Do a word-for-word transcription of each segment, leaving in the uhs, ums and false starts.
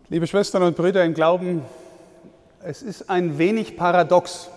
Liebe Schwestern und Brüder im Glauben, es ist ein wenig paradox.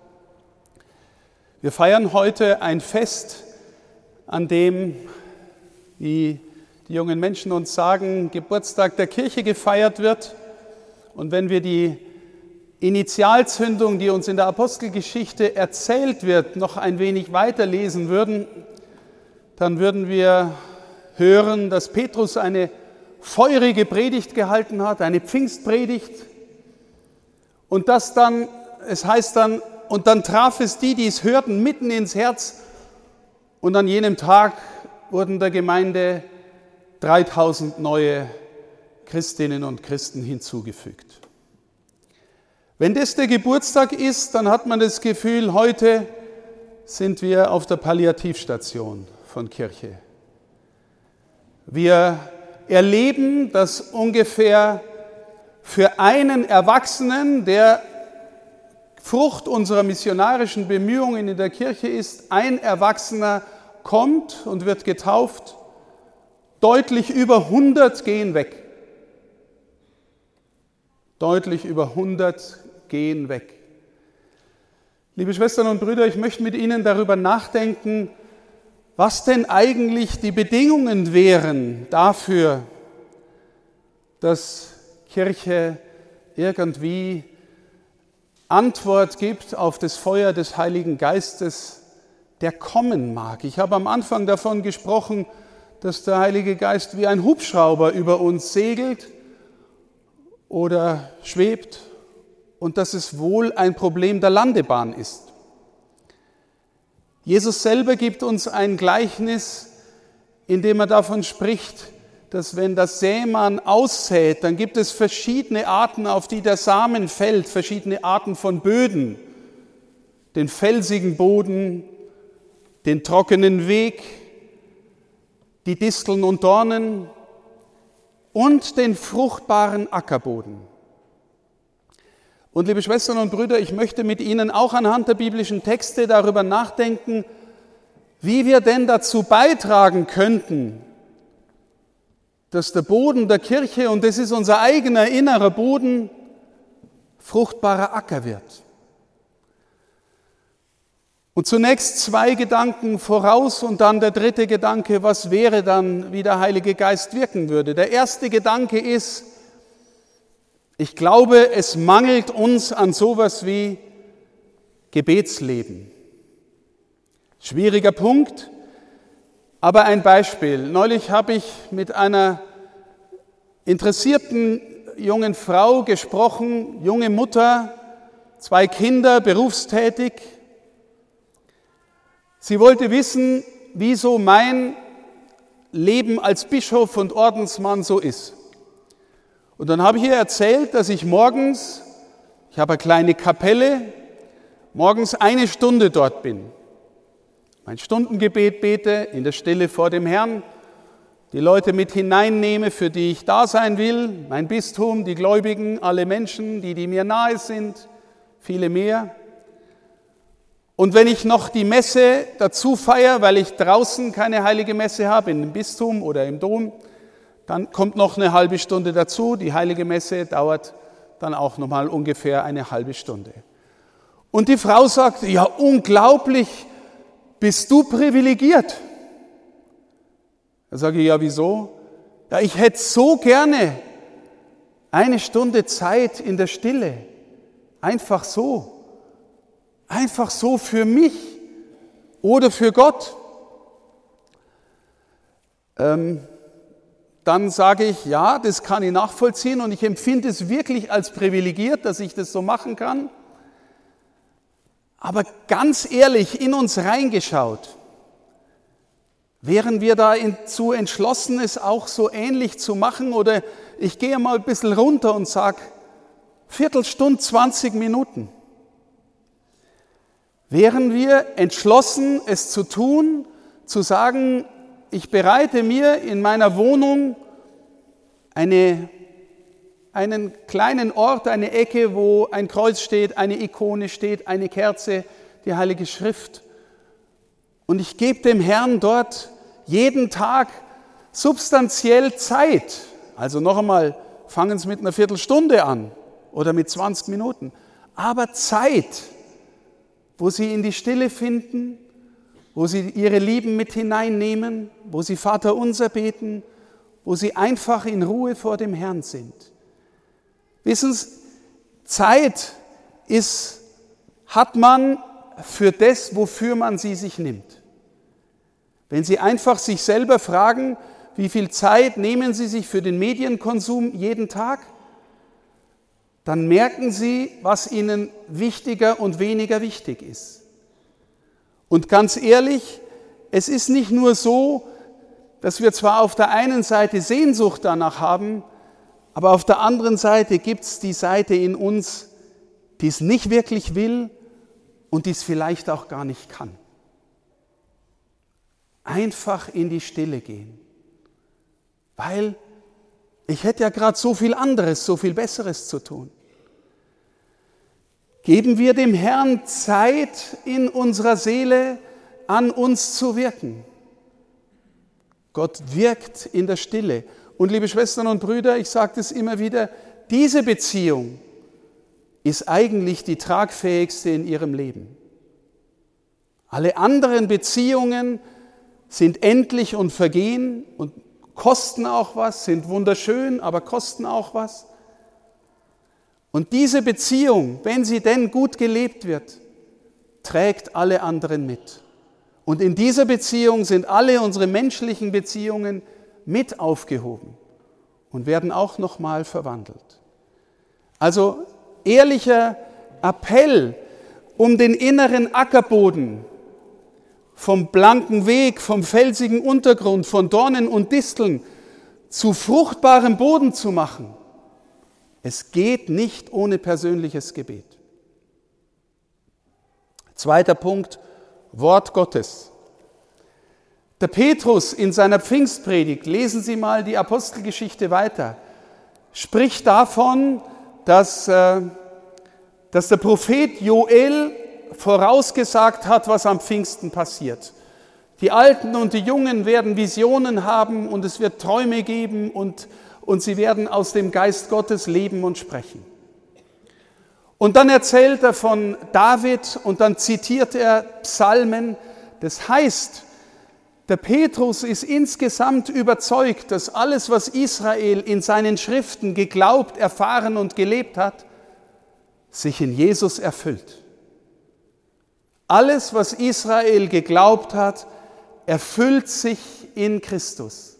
Wir feiern heute ein Fest, an dem, wie die jungen Menschen uns sagen, Geburtstag der Kirche gefeiert wird. Und wenn wir die Initialzündung, die uns in der Apostelgeschichte erzählt wird, noch ein wenig weiterlesen würden, dann würden wir hören, dass Petrus eine feurige Predigt gehalten hat, eine Pfingstpredigt. Und das dann, es heißt dann, und dann traf es die, die es hörten, mitten ins Herz. Und an jenem Tag wurden der Gemeinde dreitausend neue Christinnen und Christen hinzugefügt. Wenn das der Geburtstag ist, dann hat man das Gefühl, heute sind wir auf der Palliativstation von Kirche. Wir erleben, dass ungefähr für einen Erwachsenen, der Frucht unserer missionarischen Bemühungen in der Kirche ist, ein Erwachsener kommt und wird getauft, deutlich über hundert gehen weg. Deutlich über hundert gehen weg. Liebe Schwestern und Brüder, ich möchte mit Ihnen darüber nachdenken, was denn eigentlich die Bedingungen wären dafür, dass Kirche irgendwie Antwort gibt auf das Feuer des Heiligen Geistes, der kommen mag. Ich habe am Anfang davon gesprochen, dass der Heilige Geist wie ein Hubschrauber über uns segelt oder schwebt und dass es wohl ein Problem der Landebahn ist. Jesus selber gibt uns ein Gleichnis, in dem er davon spricht, dass wenn der Sämann aussät, dann gibt es verschiedene Arten, auf die der Samen fällt, verschiedene Arten von Böden. Den felsigen Boden, den trockenen Weg, die Disteln und Dornen und den fruchtbaren Ackerboden. Und liebe Schwestern und Brüder, ich möchte mit Ihnen auch anhand der biblischen Texte darüber nachdenken, wie wir denn dazu beitragen könnten, dass der Boden der Kirche, und das ist unser eigener innerer Boden, fruchtbarer Acker wird. Und zunächst zwei Gedanken voraus und dann der dritte Gedanke, was wäre dann, wie der Heilige Geist wirken würde. Der erste Gedanke ist, ich glaube, es mangelt uns an sowas wie Gebetsleben. Schwieriger Punkt, aber ein Beispiel. Neulich habe ich mit einer interessierten jungen Frau gesprochen, junge Mutter, zwei Kinder, berufstätig. Sie wollte wissen, wieso mein Leben als Bischof und Ordensmann so ist. Und dann habe ich ihr erzählt, dass ich morgens, ich habe eine kleine Kapelle, morgens eine Stunde dort bin. Mein Stundengebet bete, in der Stille vor dem Herrn, die Leute mit hineinnehme, für die ich da sein will, mein Bistum, die Gläubigen, alle Menschen, die, die mir nahe sind, viele mehr. Und wenn ich noch die Messe dazu feiere, weil ich draußen keine heilige Messe habe, im Bistum oder im Dom, dann kommt noch eine halbe Stunde dazu. Die heilige Messe dauert dann auch nochmal ungefähr eine halbe Stunde. Und die Frau sagt, ja unglaublich, bist du privilegiert? Da sage ich, ja wieso? Ja, ich hätte so gerne eine Stunde Zeit in der Stille. Einfach so. Einfach so für mich oder für Gott. Ähm, Dann sage ich, ja, das kann ich nachvollziehen und ich empfinde es wirklich als privilegiert, dass ich das so machen kann. Aber ganz ehrlich, in uns reingeschaut, wären wir dazu entschlossen, es auch so ähnlich zu machen? Oder ich gehe mal ein bisschen runter und sage, Viertelstunde, zwanzig Minuten. Wären wir entschlossen, es zu tun, zu sagen, ich bereite mir in meiner Wohnung eine, einen kleinen Ort, eine Ecke, wo ein Kreuz steht, eine Ikone steht, eine Kerze, die Heilige Schrift. Und ich gebe dem Herrn dort jeden Tag substanziell Zeit. Also noch einmal fangen Sie mit einer Viertelstunde an oder mit zwanzig Minuten. Aber Zeit, wo Sie in die Stille finden, wo Sie Ihre Lieben mit hineinnehmen, wo Sie Vaterunser beten, wo Sie einfach in Ruhe vor dem Herrn sind. Wissen Sie, Zeit ist, hat man für das, wofür man sie sich nimmt. Wenn Sie einfach sich selber fragen, wie viel Zeit nehmen Sie sich für den Medienkonsum jeden Tag, dann merken Sie, was Ihnen wichtiger und weniger wichtig ist. Und ganz ehrlich, es ist nicht nur so, dass wir zwar auf der einen Seite Sehnsucht danach haben, aber auf der anderen Seite gibt es die Seite in uns, die es nicht wirklich will und die es vielleicht auch gar nicht kann. Einfach in die Stille gehen, weil ich hätte ja gerade so viel anderes, so viel Besseres zu tun. Geben wir dem Herrn Zeit, in unserer Seele an uns zu wirken. Gott wirkt in der Stille. Und liebe Schwestern und Brüder, ich sage es immer wieder, diese Beziehung ist eigentlich die tragfähigste in Ihrem Leben. Alle anderen Beziehungen sind endlich und vergehen und kosten auch was, sind wunderschön, aber kosten auch was. Und diese Beziehung, wenn sie denn gut gelebt wird, trägt alle anderen mit. Und in dieser Beziehung sind alle unsere menschlichen Beziehungen mit aufgehoben und werden auch nochmal verwandelt. Also ehrlicher Appell um den inneren Ackerboden, vom blanken Weg, vom felsigen Untergrund, von Dornen und Disteln zu fruchtbarem Boden zu machen. Es geht nicht ohne persönliches Gebet. Zweiter Punkt, Wort Gottes. Der Petrus in seiner Pfingstpredigt, lesen Sie mal die Apostelgeschichte weiter, spricht davon, dass, äh, dass der Prophet Joel vorausgesagt hat, was am Pfingsten passiert. Die Alten und die Jungen werden Visionen haben und es wird Träume geben und, und sie werden aus dem Geist Gottes leben und sprechen. Und dann erzählt er von David und dann zitiert er Psalmen. Das heißt, der Petrus ist insgesamt überzeugt, dass alles, was Israel in seinen Schriften geglaubt, erfahren und gelebt hat, sich in Jesus erfüllt. Alles, was Israel geglaubt hat, erfüllt sich in Christus.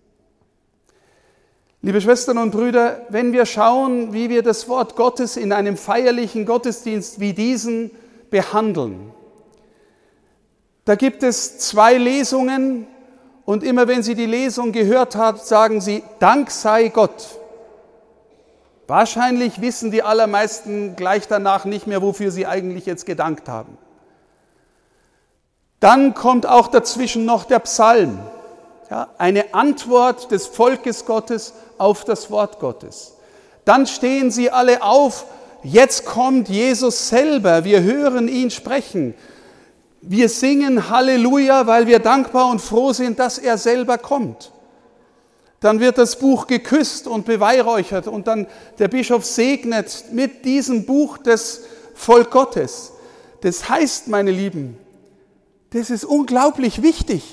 Liebe Schwestern und Brüder, wenn wir schauen, wie wir das Wort Gottes in einem feierlichen Gottesdienst wie diesen behandeln, da gibt es zwei Lesungen und immer wenn Sie die Lesung gehört haben, sagen Sie, Dank sei Gott. Wahrscheinlich wissen die allermeisten gleich danach nicht mehr, wofür sie eigentlich jetzt gedankt haben. Dann kommt auch dazwischen noch der Psalm, ja, eine Antwort des Volkes Gottes auf das Wort Gottes. Dann stehen sie alle auf, jetzt kommt Jesus selber, wir hören ihn sprechen. Wir singen Halleluja, weil wir dankbar und froh sind, dass er selber kommt. Dann wird das Buch geküsst und beweihräuchert und dann der Bischof segnet mit diesem Buch das Volk Gottes. Das heißt, meine Lieben, das ist unglaublich wichtig.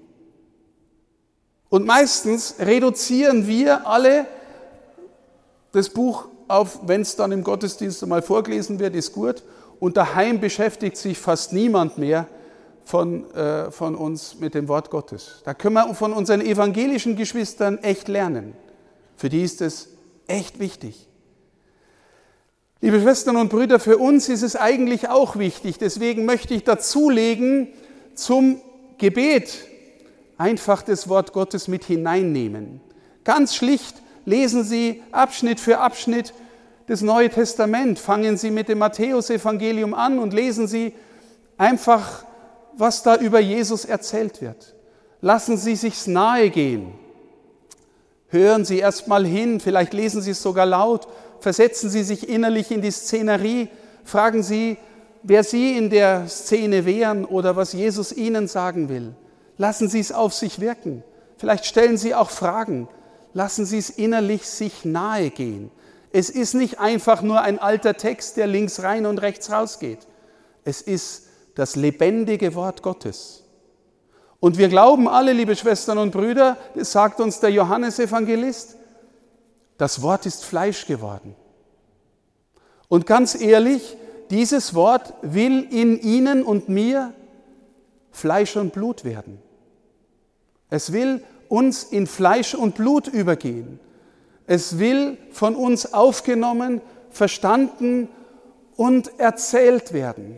Und meistens reduzieren wir alle das Buch auf, wenn es dann im Gottesdienst einmal vorgelesen wird, ist gut. Und daheim beschäftigt sich fast niemand mehr von, äh, von uns mit dem Wort Gottes. Da können wir von unseren evangelischen Geschwistern echt lernen. Für die ist es echt wichtig. Liebe Schwestern und Brüder, für uns ist es eigentlich auch wichtig. Deswegen möchte ich dazulegen, zum Gebet einfach das Wort Gottes mit hineinnehmen. Ganz schlicht lesen Sie Abschnitt für Abschnitt das Neue Testament. Fangen Sie mit dem Matthäusevangelium an und lesen Sie einfach, was da über Jesus erzählt wird. Lassen Sie sich's nahe gehen. Hören Sie erst mal hin, vielleicht lesen Sie es sogar laut, versetzen Sie sich innerlich in die Szenerie, fragen Sie, wer Sie in der Szene wären oder was Jesus Ihnen sagen will. Lassen Sie es auf sich wirken. Vielleicht stellen Sie auch Fragen. lassen Sie es innerlich sich nahe gehen. Es ist nicht einfach nur ein alter Text, der links rein und rechts rausgeht. Es ist das lebendige Wort Gottes. Und wir glauben alle, liebe Schwestern und Brüder, das sagt uns der Johannesevangelist, das Wort ist Fleisch geworden. Und ganz ehrlich, dieses Wort will in Ihnen und mir Fleisch und Blut werden. Es will uns in Fleisch und Blut übergehen. Es will von uns aufgenommen, verstanden und erzählt werden.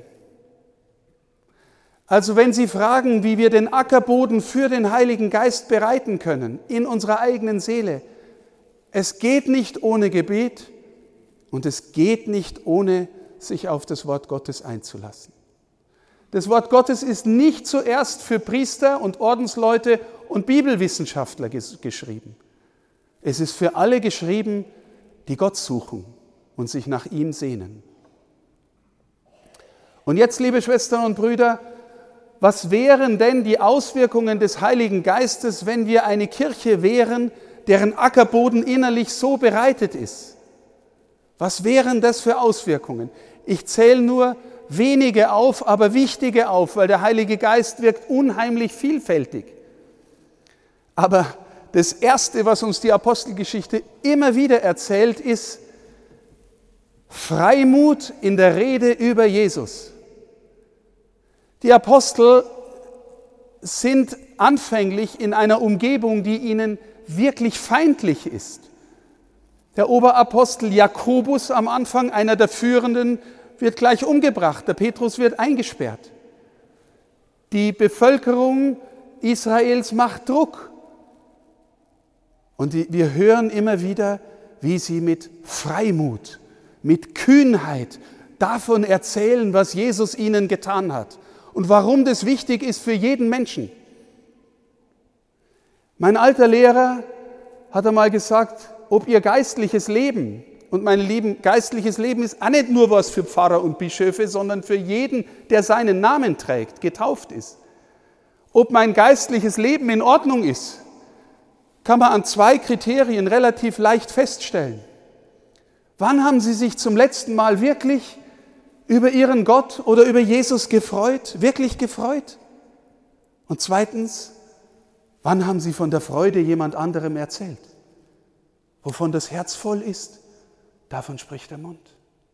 Also wenn Sie fragen, wie wir den Ackerboden für den Heiligen Geist bereiten können, in unserer eigenen Seele, es geht nicht ohne Gebet und es geht nicht ohne sich auf das Wort Gottes einzulassen. Das Wort Gottes ist nicht zuerst für Priester und Ordensleute und Bibelwissenschaftler geschrieben. Es ist für alle geschrieben, die Gott suchen und sich nach ihm sehnen. Und jetzt, liebe Schwestern und Brüder, was wären denn die Auswirkungen des Heiligen Geistes, wenn wir eine Kirche wären, deren Ackerboden innerlich so bereitet ist? Was wären das für Auswirkungen? Ich zähle nur wenige auf, aber wichtige auf, weil der Heilige Geist wirkt unheimlich vielfältig. Aber das Erste, was uns die Apostelgeschichte immer wieder erzählt, ist Freimut in der Rede über Jesus. Die Apostel sind anfänglich in einer Umgebung, die ihnen wirklich feindlich ist. Der Oberapostel Jakobus am Anfang, einer der Führenden, wird gleich umgebracht. Der Petrus wird eingesperrt. Die Bevölkerung Israels macht Druck. Und wir hören immer wieder, wie sie mit Freimut, mit Kühnheit davon erzählen, was Jesus ihnen getan hat und warum das wichtig ist für jeden Menschen. Mein alter Lehrer hat einmal gesagt, ob ihr geistliches Leben, und meine Lieben, geistliches Leben ist auch nicht nur was für Pfarrer und Bischöfe, sondern für jeden, der seinen Namen trägt, getauft ist. Ob mein geistliches Leben in Ordnung ist, kann man an zwei Kriterien relativ leicht feststellen. Wann haben Sie sich zum letzten Mal wirklich über Ihren Gott oder über Jesus gefreut, wirklich gefreut? Und zweitens, wann haben Sie von der Freude jemand anderem erzählt? Wovon das Herz voll ist, davon spricht der Mund.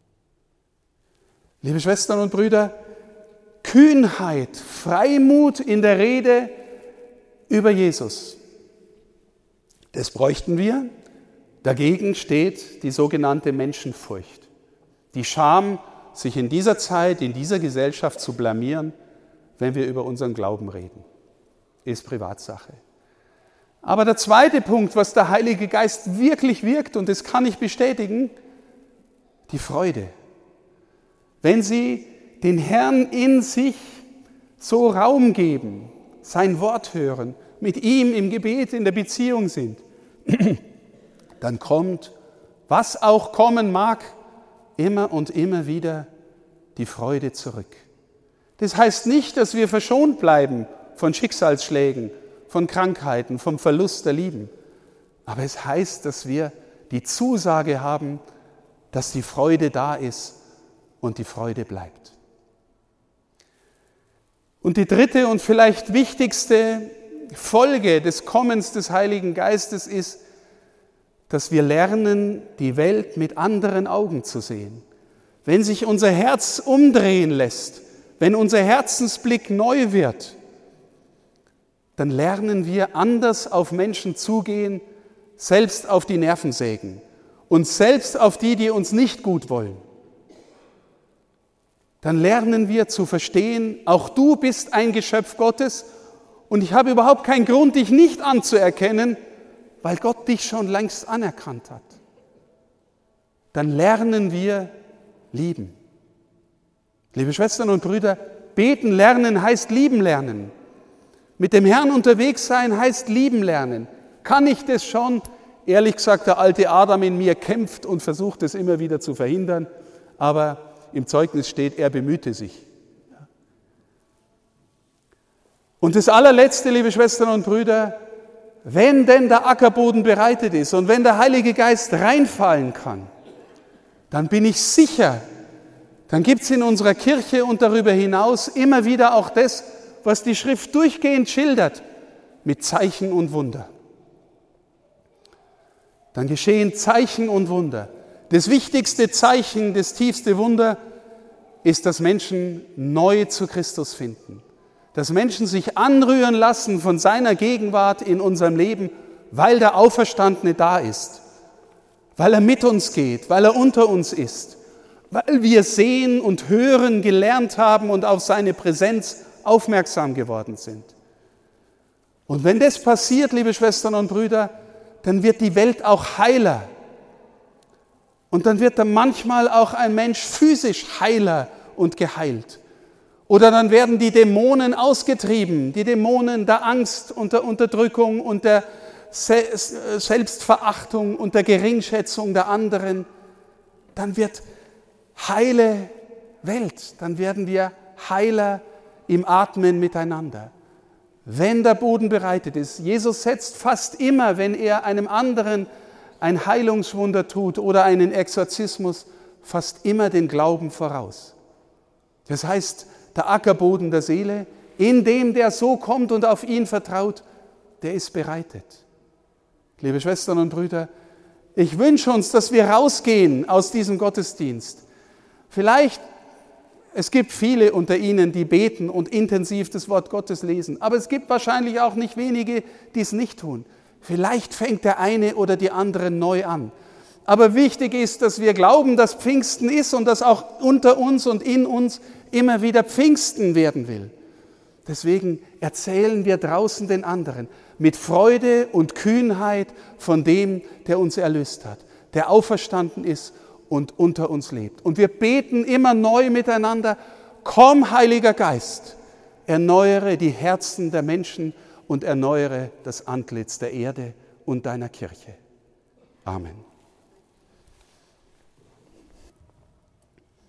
Liebe Schwestern und Brüder, Kühnheit, Freimut in der Rede über Jesus, das bräuchten wir. Dagegen steht die sogenannte Menschenfurcht. Die Scham, sich in dieser Zeit, in dieser Gesellschaft zu blamieren, wenn wir über unseren Glauben reden, ist Privatsache. Aber der zweite Punkt, was der Heilige Geist wirklich wirkt, und das kann ich bestätigen, die Freude. Wenn Sie den Herrn in sich so Raum geben, sein Wort hören, mit ihm im Gebet in der Beziehung sind, dann kommt, was auch kommen mag, immer und immer wieder die Freude zurück. Das heißt nicht, dass wir verschont bleiben von Schicksalsschlägen, von Krankheiten, vom Verlust der Lieben. Aber es heißt, dass wir die Zusage haben, dass die Freude da ist und die Freude bleibt. Und die dritte und vielleicht wichtigste Folge des Kommens des Heiligen Geistes ist, dass wir lernen, die Welt mit anderen Augen zu sehen. Wenn sich unser Herz umdrehen lässt, wenn unser Herzensblick neu wird, dann lernen wir anders auf Menschen zugehen, selbst auf die Nervensägen und selbst auf die, die uns nicht gut wollen. Dann lernen wir zu verstehen, auch du bist ein Geschöpf Gottes und ich habe überhaupt keinen Grund, dich nicht anzuerkennen, weil Gott dich schon längst anerkannt hat. Dann lernen wir lieben. Liebe Schwestern und Brüder, beten lernen heißt lieben lernen. Mit dem Herrn unterwegs sein heißt lieben lernen. Kann ich das schon? Ehrlich gesagt, der alte Adam in mir kämpft und versucht es immer wieder zu verhindern, aber im Zeugnis steht, er bemühte sich. Und das allerletzte, liebe Schwestern und Brüder, wenn denn der Ackerboden bereitet ist und wenn der Heilige Geist reinfallen kann, dann bin ich sicher, dann gibt es in unserer Kirche und darüber hinaus immer wieder auch das, was die Schrift durchgehend schildert, mit Zeichen und Wunder. Dann geschehen Zeichen und Wunder. Das wichtigste Zeichen, das tiefste Wunder ist, dass Menschen neu zu Christus finden. Dass Menschen sich anrühren lassen von seiner Gegenwart in unserem Leben, weil der Auferstandene da ist. Weil er mit uns geht, weil er unter uns ist. Weil wir sehen und hören gelernt haben und auf seine Präsenz aufmerksam geworden sind. Und wenn das passiert, liebe Schwestern und Brüder, dann wird die Welt auch heiler. Und dann wird dann manchmal auch ein Mensch physisch heiler und geheilt. Oder dann werden die Dämonen ausgetrieben, die Dämonen der Angst und der Unterdrückung und der Selbstverachtung und der Geringschätzung der anderen. Dann wird heile Welt, dann werden wir heiler im Atmen miteinander. Wenn der Boden bereitet ist. Jesus setzt fast immer, wenn er einem anderen ein Heilungswunder tut oder einen Exorzismus, fast immer den Glauben voraus. Das heißt, der Ackerboden der Seele, in dem der so kommt und auf ihn vertraut, der ist bereitet. Liebe Schwestern und Brüder, ich wünsche uns, dass wir rausgehen aus diesem Gottesdienst. Vielleicht, es gibt viele unter Ihnen, die beten und intensiv das Wort Gottes lesen, aber es gibt wahrscheinlich auch nicht wenige, die es nicht tun. Vielleicht fängt der eine oder die andere neu an. Aber wichtig ist, dass wir glauben, dass Pfingsten ist und dass auch unter uns und in uns immer wieder Pfingsten werden will. Deswegen erzählen wir draußen den anderen mit Freude und Kühnheit von dem, der uns erlöst hat, der auferstanden ist und unter uns lebt. Und wir beten immer neu miteinander: Komm, Heiliger Geist, erneuere die Herzen der Menschen und erneuere das Antlitz der Erde und deiner Kirche. Amen.